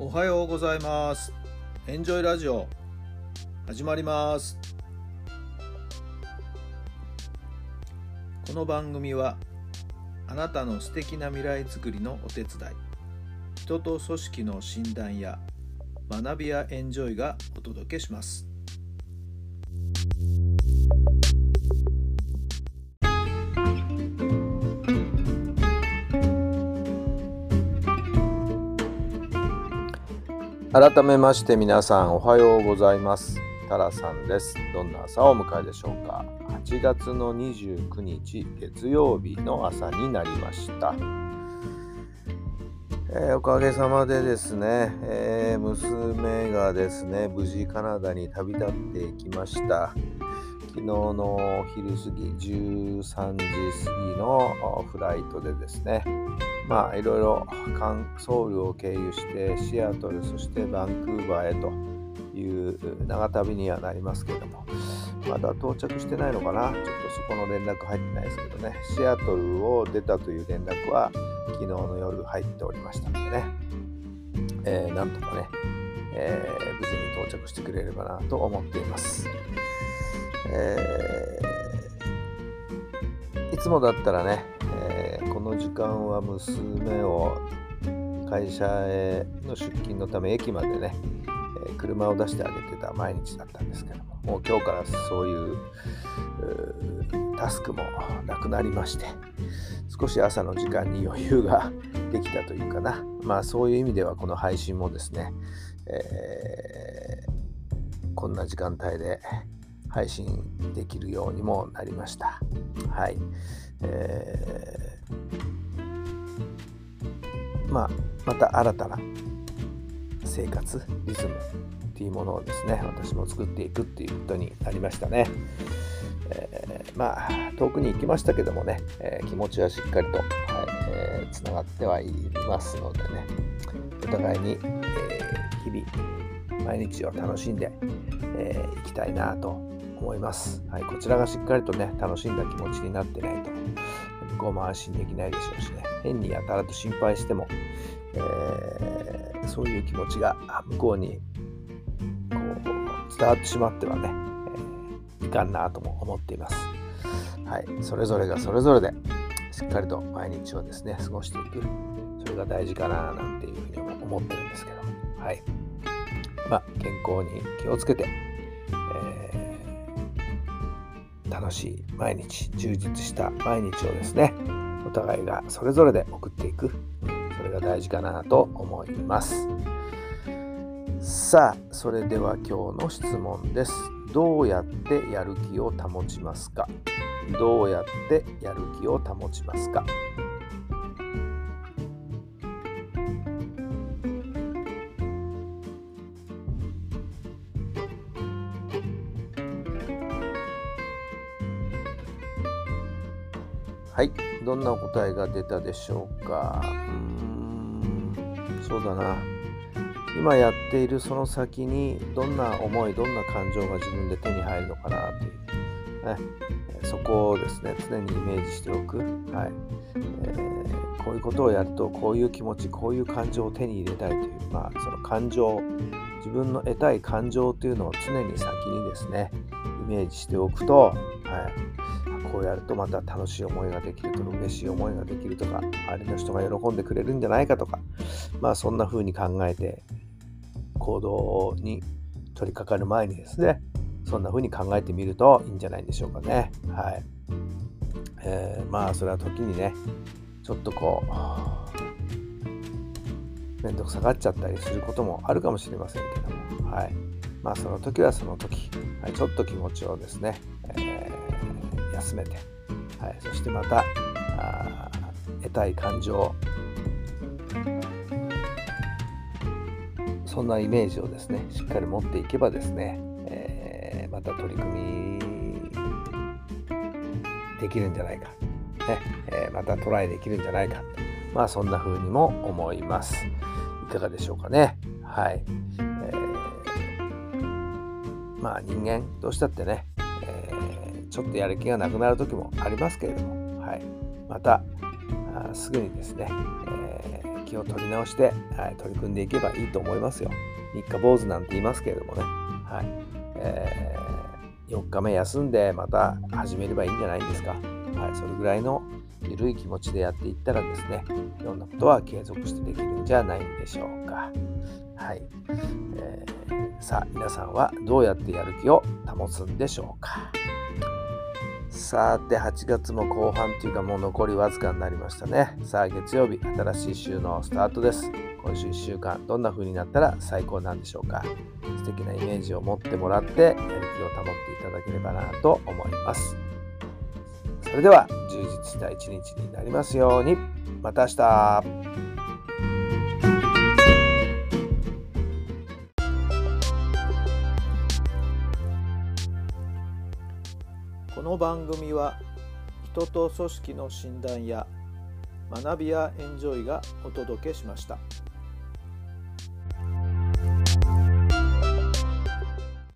おはようございます。エンジョイラジオ始まります。この番組はあなたの素敵な未来づくりのお手伝い、人と組織の診断や学びやエンジョイがお届けします。改めまして皆さんおはようございます。タラさんです。どんな朝をお迎えでしょうか。8月の29日月曜日の朝になりました。おかげさまでですね、娘がですね無事カナダに旅立ってきました。昨日の昼過ぎ13時過ぎのフライトでですね、いろいろソウルを経由してシアトル、そしてバンクーバーへという長旅にはなりますけれども、まだ到着してないのかな。ちょっとそこの連絡入ってないですけどね、シアトルを出たという連絡は昨日の夜入っておりましたのでね、なんとかね、無事に到着してくれればなと思っています。いつもだったらね、この時間は娘を会社への出勤のため駅までね、車を出してあげてた毎日だったんですけども、もう今日からそういうタスクもなくなりまして、少し朝の時間に余裕ができたというかな、そういう意味ではこの配信もですね、こんな時間帯で配信できるようにもなりました。はい。また新たな生活リズムっていうものをですね、私も作っていくっていうことになりましたね。遠くに行きましたけどもね、気持ちはしっかりと、つながってはいますのでね、お互いに、日々毎日を楽しんでいきたいなと思います。はい、こちらがしっかりとね楽しんだ気持ちになってないと向こうも安心できないでしょうしね、変にやたらと心配しても、そういう気持ちが向こうにこう伝わってしまってはね、いかんなとも思っています。はい、それぞれがそれぞれでしっかりと毎日をですね過ごしていく、それが大事かななんていうふうに思ってるんですけども、はい、健康に気をつけて、楽しい毎日、充実した毎日をですねお互いがそれぞれで送っていく、それが大事かなと思います。さあ、それでは今日の質問です。どうやってやる気を保ちますか？どうやってやる気を保ちますか？はい、どんなお答えが出たでしょうか。そうだな。今やっているその先にどんな思い、どんな感情が自分で手に入るのかなという、そこをですね常にイメージしておく。こういうことをやるとこういう気持ち、こういう感情を手に入れたいという、その感情、自分の得たい感情というのを常に先にですねイメージしておくと、こうやるとまた楽しい思いができるとか、嬉しい思いができるとか、周りの人が喜んでくれるんじゃないかとか、そんな風に考えて行動に取り掛かる前にですね、そんな風に考えてみるといいんじゃないでしょうかね。はい。それは時にね、ちょっと面倒くさがっちゃったりすることもあるかもしれませんけども、その時はその時、ちょっと気持ちをですね、休めて、そしてまた得たい感情、そんなイメージをですねしっかり持っていけばですね、また取り組みできるんじゃないか、またトライできるんじゃないか、そんな風にも思います。いかがでしょうかね。はい。人間どうしたってね、ちょっとやる気がなくなる時もありますけれども、またすぐにですね、 気を取り直して、取り組んでいけばいいと思いますよ。三日坊主なんて言いますけれどもね、4日目休んでまた始めればいいんじゃないんですか。それぐらいの緩い気持ちでやっていったらですね、いろんなことは継続してできるんじゃないんでしょうか。さあ皆さんはどうやってやる気を保つんでしょうか。さて8月も後半というかもう残りわずかになりましたね。さあ月曜日、新しい週のスタートです。今週1週間どんな風になったら最高なんでしょうか。素敵なイメージを持ってもらってやる気を保っていただければなと思います。それでは充実した一日になりますように。また明日。この番組は人と組織の診断や学びやエンジョイがお届けしました。